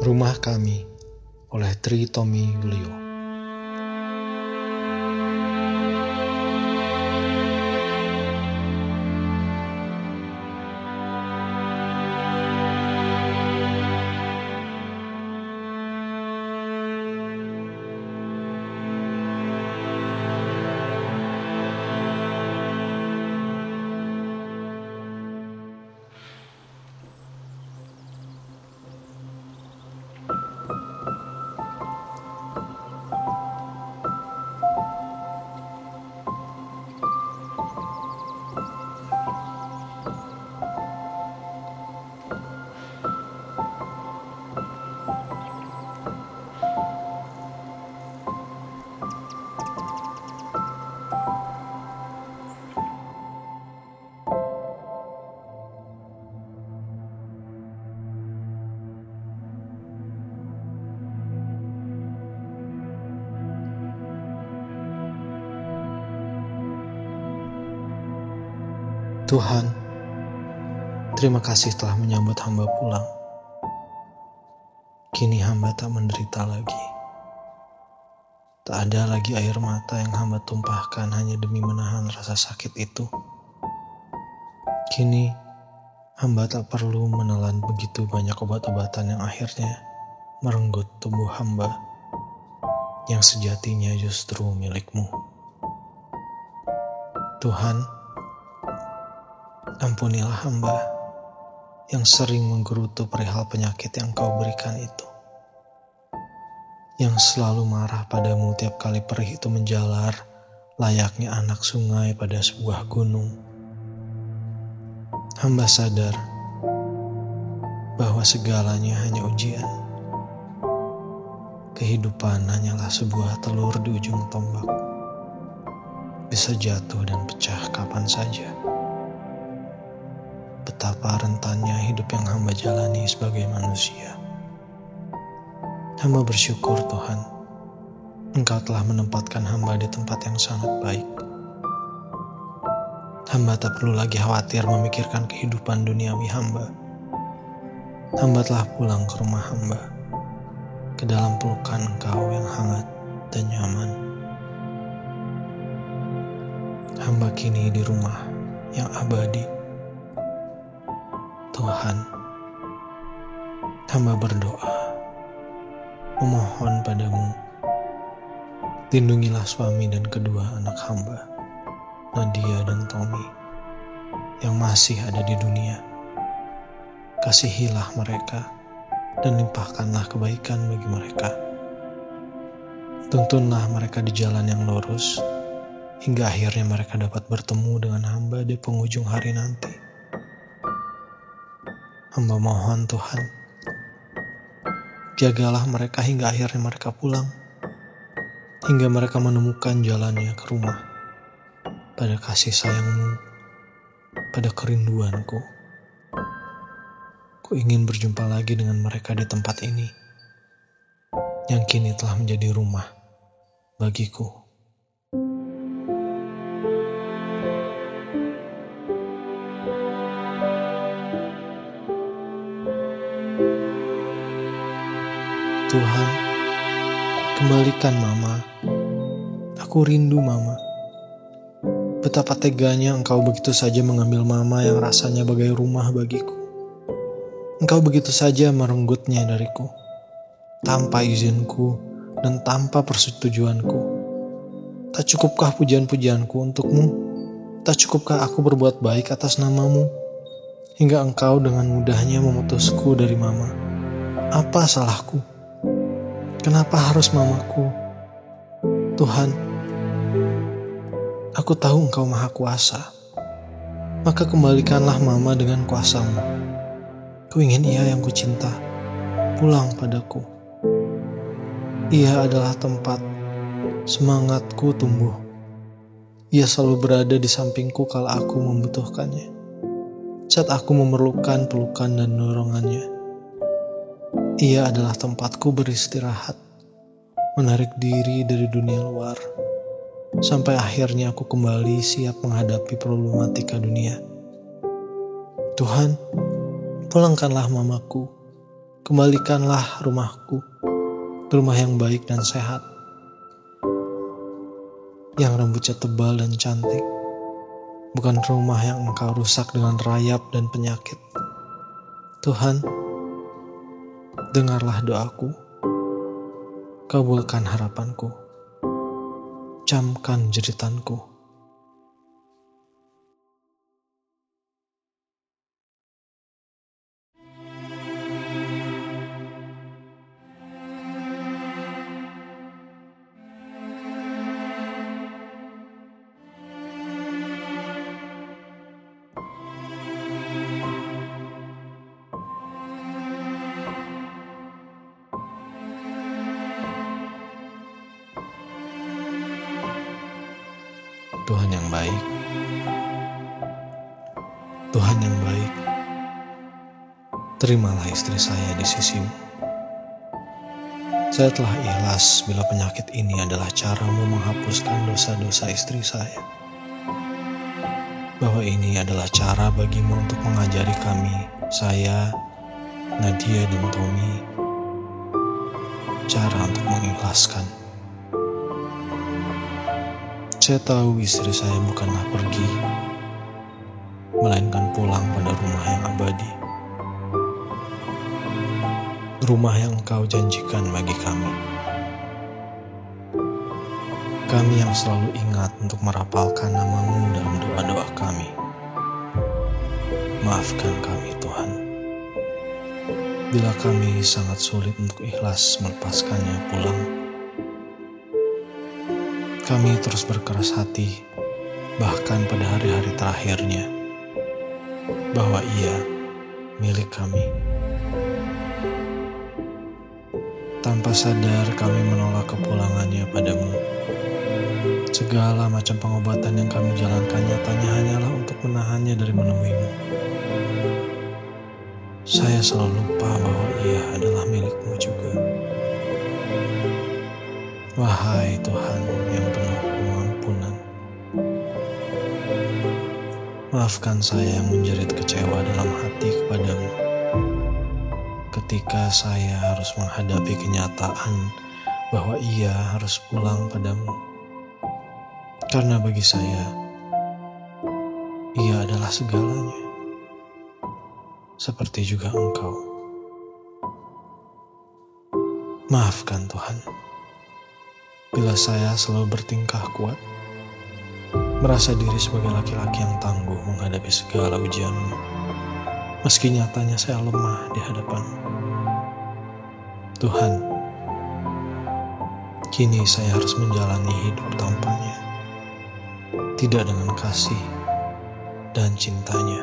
Rumah Kami oleh Tri Tommy Yulio. Tuhan, terima kasih telah menyambut hamba pulang. Kini hamba tak menderita lagi. Tak ada lagi air mata yang hamba tumpahkan hanya demi menahan rasa sakit itu. Kini, hamba tak perlu menelan begitu banyak obat-obatan yang akhirnya merenggut tubuh hamba yang sejatinya justru milik-Mu. Tuhan, ampunilah hamba yang sering menggerutu perihal penyakit yang Kau berikan itu, yang selalu marah padamu tiap kali perih itu menjalar layaknya anak sungai pada sebuah gunung. Hamba sadar bahwa segalanya hanya ujian. Kehidupan hanyalah sebuah telur di ujung tombak, bisa jatuh dan pecah kapan saja. Betapa rentannya hidup yang hamba jalani sebagai manusia. Hamba bersyukur Tuhan, Engkau telah menempatkan hamba di tempat yang sangat baik. Hamba tak perlu lagi khawatir memikirkan kehidupan duniawi hamba. Hamba telah pulang ke rumah hamba, ke dalam pelukan Engkau yang hangat dan nyaman. Hamba kini di rumah yang abadi. Tuhan, hamba berdoa, memohon padamu, lindungilah suami dan kedua anak hamba, Nadia dan Tommy, yang masih ada di dunia. Kasihilah mereka dan limpahkanlah kebaikan bagi mereka. Tuntunlah mereka di jalan yang lurus, hingga akhirnya mereka dapat bertemu dengan hamba di penghujung hari nanti. Hamba mohon Tuhan, jagalah mereka hingga akhirnya mereka pulang, hingga mereka menemukan jalannya ke rumah, pada kasih sayang-Mu, pada kerinduanku. Ku ingin berjumpa lagi dengan mereka di tempat ini, yang kini telah menjadi rumah bagiku. Tuhan, kembalikan Mama. Aku rindu Mama. Betapa teganya Engkau begitu saja mengambil Mama yang rasanya bagai rumah bagiku. Engkau begitu saja merenggutnya dariku, tanpa izinku dan tanpa persetujuanku. Tak cukupkah pujian-pujianku untuk-Mu? Tak cukupkah aku berbuat baik atas nama-Mu? Hingga Engkau dengan mudahnya memutusku dari Mama. Apa salahku? Kenapa harus mamaku? Tuhan, aku tahu Engkau Maha Kuasa. Maka kembalikanlah Mama dengan kuasa-Mu. Ku ingin ia yang kucinta pulang padaku. Ia adalah tempat semangatku tumbuh. Ia selalu berada di sampingku kala aku membutuhkannya, saat aku memerlukan pelukan dan dorongannya. Ia adalah tempatku beristirahat, menarik diri dari dunia luar, sampai akhirnya aku kembali siap menghadapi problematika dunia. Tuhan, pulangkanlah mamaku, Kembalikanlah rumahku, rumah yang baik dan sehat, yang rambutnya tebal dan cantik, bukan rumah yang Engkau rusak dengan rayap dan penyakit. Tuhan, dengarlah doaku, kabulkan harapanku, camkan jeritanku. Tuhan yang baik, Tuhan yang baik, terimalah istri saya di sisimu. Saya telah ikhlas bila penyakit ini adalah caramu menghapuskan dosa-dosa istri saya. Bahwa ini adalah cara bagimu untuk mengajari kami, saya, Nadia dan Tommy, cara untuk mengikhlaskan. Saya tahu istri saya bukanlah pergi, melainkan pulang pada rumah yang abadi. Rumah yang Engkau janjikan bagi kami. Kami yang selalu ingat untuk merapalkan nama-Mu dalam doa-doa kami. Maafkan kami, Tuhan, bila kami sangat sulit untuk ikhlas melepaskannya pulang. Kami terus berkeras hati, bahkan pada hari-hari terakhirnya, bahwa ia milik kami. Tanpa sadar kami menolak kepulangannya padamu. Segala macam pengobatan yang kami jalankan nyatanya hanyalah untuk menahannya dari menemuimu. Saya selalu lupa bahwa ia adalah milik-Mu juga. Wahai Tuhan yang penuh pengampunan, maafkan saya yang menjerit kecewa dalam hati kepadamu ketika saya harus menghadapi kenyataan bahwa ia harus pulang padamu. Karena bagi saya, ia adalah segalanya, seperti juga Engkau. Maafkan Tuhan, bila saya selalu bertingkah kuat, merasa diri sebagai laki-laki yang tangguh menghadapi segala ujian-Mu, meski nyatanya saya lemah di hadapan-Mu. Tuhan, kini saya harus menjalani hidup tanpa-Nya, tidak dengan kasih dan cintanya.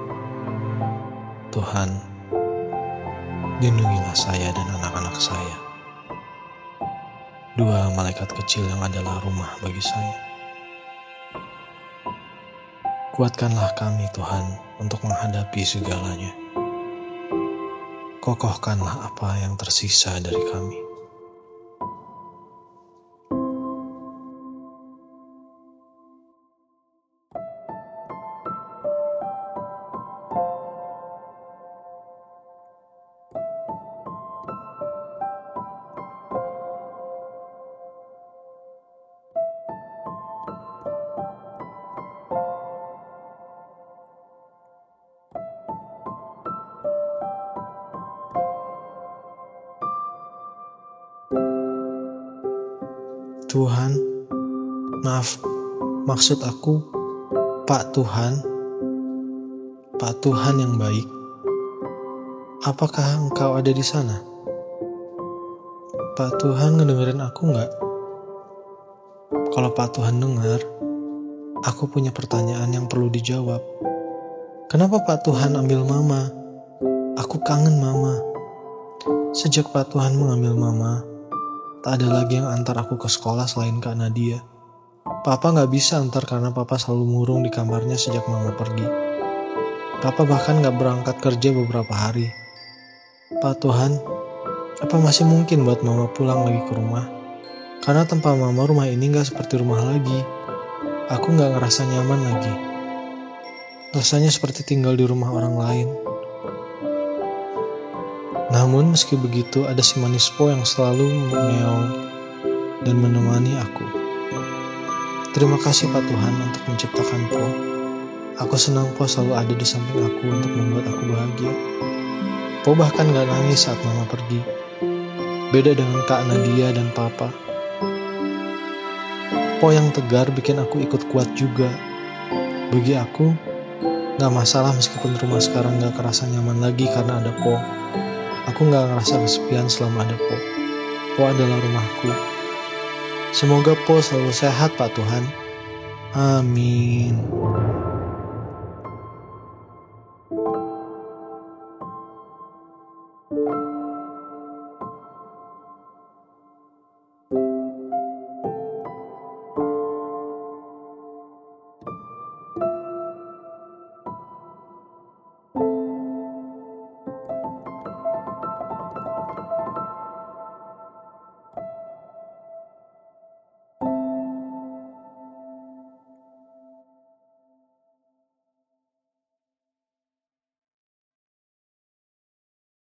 Tuhan, lindungilah saya dan anak-anak saya, dua malaikat kecil yang adalah rumah bagi saya. Kuatkanlah kami, Tuhan, untuk menghadapi segalanya. Kokohkanlah apa yang tersisa dari kami. Tuhan, maaf, maksud aku Pak Tuhan yang baik. Apakah Engkau ada di sana? Pak Tuhan ngedengerin aku nggak? Kalau Pak Tuhan dengar, aku punya pertanyaan yang perlu dijawab. Kenapa Pak Tuhan ambil Mama? Aku kangen Mama. Sejak Pak Tuhan mengambil Mama, tak ada lagi yang antar aku ke sekolah selain Kak Nadia. Papa gak bisa antar karena Papa selalu murung di kamarnya sejak Mama pergi. Papa bahkan gak berangkat kerja beberapa hari. Pak Tuhan, apa masih mungkin buat Mama pulang lagi ke rumah? Karena tanpa Mama rumah ini gak seperti rumah lagi. Aku gak ngerasa nyaman lagi. Rasanya seperti tinggal di rumah orang lain. Namun meski begitu, ada si manis Po yang selalu mengeong dan menemani aku. Terima kasih Pak Tuhan untuk menciptakan Po. Aku senang Po selalu ada di samping aku untuk membuat aku bahagia. Po bahkan gak nangis saat Mama pergi. Beda dengan Kak Nadia dan Papa. Po yang tegar bikin aku ikut kuat juga. Bagi aku, gak masalah meskipun rumah sekarang gak kerasa nyaman lagi karena ada Po. Aku gak ngerasa kesepian selama ada Po. Po adalah rumahku. Semoga Po selalu sehat Pak Tuhan. Amin.